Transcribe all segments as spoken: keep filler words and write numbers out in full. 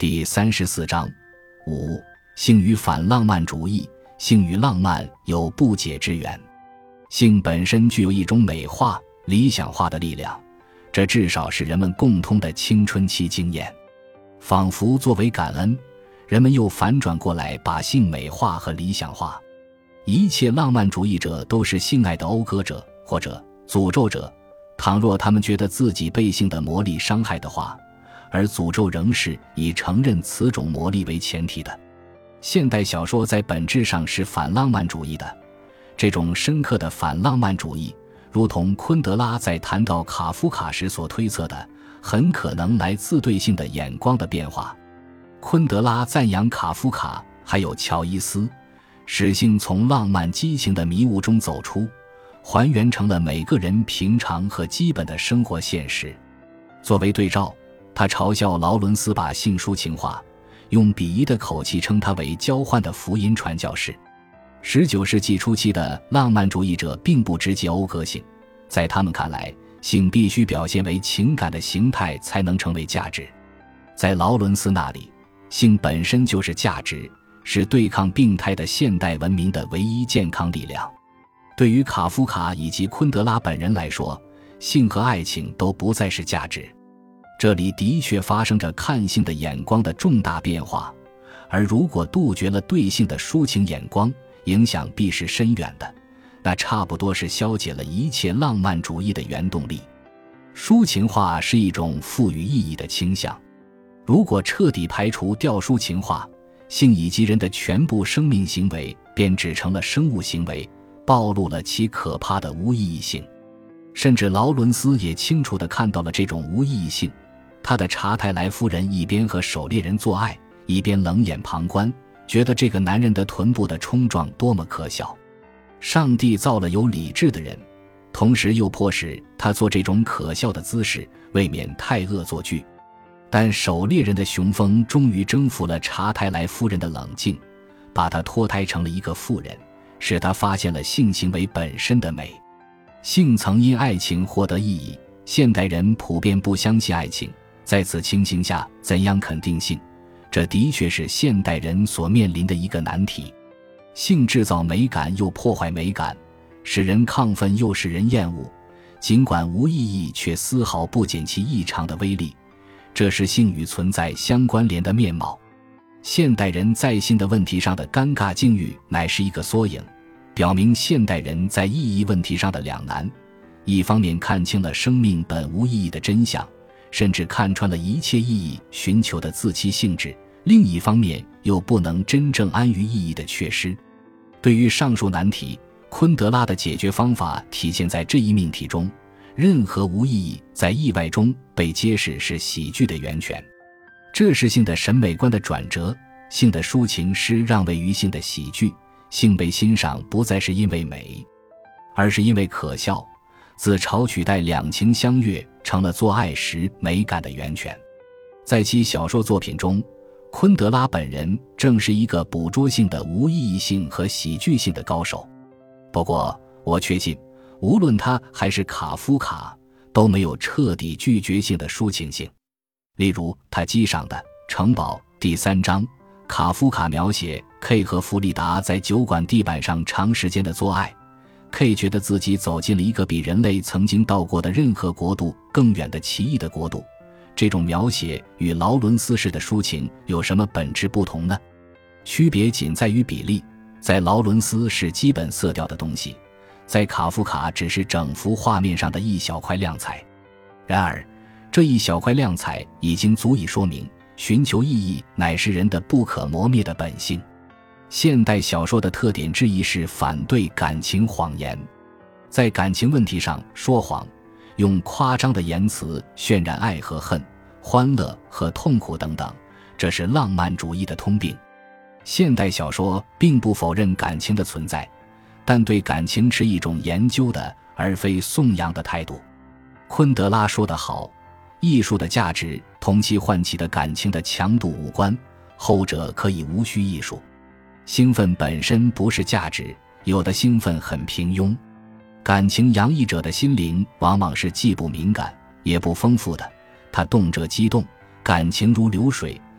第三十四章五性与反浪漫主义。性与浪漫有不解之缘。性本身具有一种美化、理想化的力量，这至少是人们共通的青春期经验。仿佛作为感恩，人们又反转过来把性美化和理想化。一切浪漫主义者都是性爱的讴歌者或者诅咒者，倘若他们觉得自己被性的魔力伤害的话，而诅咒仍是以承认此种魔力为前提的。现代小说在本质上是反浪漫主义的，这种深刻的反浪漫主义，如同昆德拉在谈到卡夫卡时所推测的，很可能来自对性的眼光的变化。昆德拉赞扬卡夫卡还有乔伊斯，使性从浪漫激情的迷雾中走出，还原成了每个人平常和基本的生活现实。作为对照，他嘲笑劳伦斯把性抒情化，用鄙夷的口气称它为交换的福音传教士。十九世纪初期的浪漫主义者并不直接讴歌性，在他们看来，性必须表现为情感的形态才能成为价值。在劳伦斯那里，性本身就是价值，是对抗病态的现代文明的唯一健康力量。对于卡夫卡以及昆德拉本人来说，性和爱情都不再是价值。这里的确发生着看性的眼光的重大变化，而如果杜绝了对性的抒情眼光，影响必是深远的，那差不多是消解了一切浪漫主义的原动力。抒情化是一种赋予意义的倾向，如果彻底排除掉抒情化，性以及人的全部生命行为便只成了生物行为，暴露了其可怕的无意义性。甚至劳伦斯也清楚地看到了这种无意义性，他的查泰莱夫人一边和狩猎人做爱，一边冷眼旁观，觉得这个男人的臀部的冲撞多么可笑。上帝造了有理智的人，同时又迫使他做这种可笑的姿势，未免太恶作剧。但狩猎人的雄风终于征服了查泰莱夫人的冷静，把他脱胎成了一个妇人，使他发现了性行为本身的美。性曾因爱情获得意义，现代人普遍不相信爱情，在此情形下怎样肯定性？这的确是现代人所面临的一个难题。性制造美感又破坏美感，使人亢奋又使人厌恶，尽管无意义却丝毫不减其异常的威力，这是性与存在相关联的面貌。现代人在性的问题上的尴尬境遇乃是一个缩影，表明现代人在意义问题上的两难，一方面看清了生命本无意义的真相，甚至看穿了一切意义寻求的自欺性质，另一方面又不能真正安于意义的缺失。对于上述难题，昆德拉的解决方法体现在这一命题中，任何无意义在意外中被揭示是喜剧的源泉。这是性的审美观的转折，性的抒情诗让位于性的喜剧，性被欣赏不再是因为美，而是因为可笑，自嘲取代两情相悦成了做爱时美感的源泉。在其小说作品中，昆德拉本人正是一个捕捉性的无意义性和喜剧性的高手。不过我确信，无论他还是卡夫卡，都没有彻底拒绝性的抒情性。例如他机上的城堡第三章，卡夫卡描写 K 和弗里达在酒馆地板上长时间的做爱， K 觉得自己走进了一个比人类曾经到过的任何国度更远的奇异的国度。这种描写与劳伦斯式的抒情有什么本质不同呢？区别仅在于比例，在劳伦斯是基本色调的东西，在卡夫卡只是整幅画面上的一小块亮彩。然而这一小块亮彩已经足以说明，寻求意义乃是人的不可磨灭的本性。现代小说的特点之一是反对感情谎言，在感情问题上说谎，用夸张的言辞渲染爱和恨、欢乐和痛苦等等，这是浪漫主义的通病。现代小说并不否认感情的存在，但对感情持一种研究的而非颂扬的态度。昆德拉说得好，艺术的价值同其唤起的感情的强度无关，后者可以无需艺术。兴奋本身不是价值，有的兴奋很平庸。感情洋溢者的心灵往往是既不敏感也不丰富的，它动辄激动，感情如流水，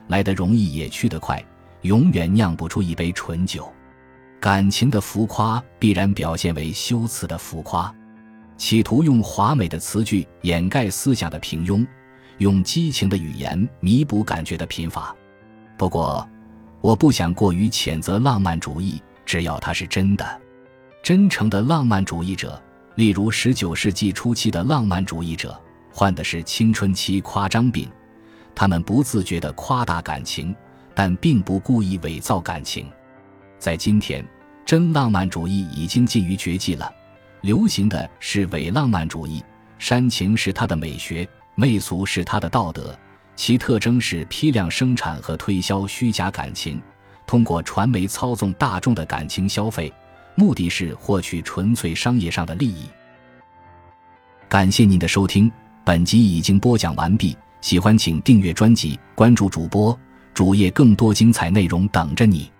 来得容易也去得快，永远酿不出一杯醇酒。感情的浮夸必然表现为修辞的浮夸，企图用华美的词句掩盖思想的平庸，用激情的语言弥补感觉的贫乏。不过我不想过于谴责浪漫主义，只要它是真的。真诚的浪漫主义者，例如十九世纪初期的浪漫主义者，患的是青春期夸张病，他们不自觉地夸大感情，但并不故意伪造感情。在今天，真浪漫主义已经近于绝迹了，流行的是伪浪漫主义，煽情是它的美学，媚俗是它的道德，其特征是批量生产和推销虚假感情，通过传媒操纵大众的感情消费，目的是获取纯粹商业上的利益。感谢您的收听，本集已经播讲完毕，喜欢请订阅专辑，关注主播，主页更多精彩内容等着你。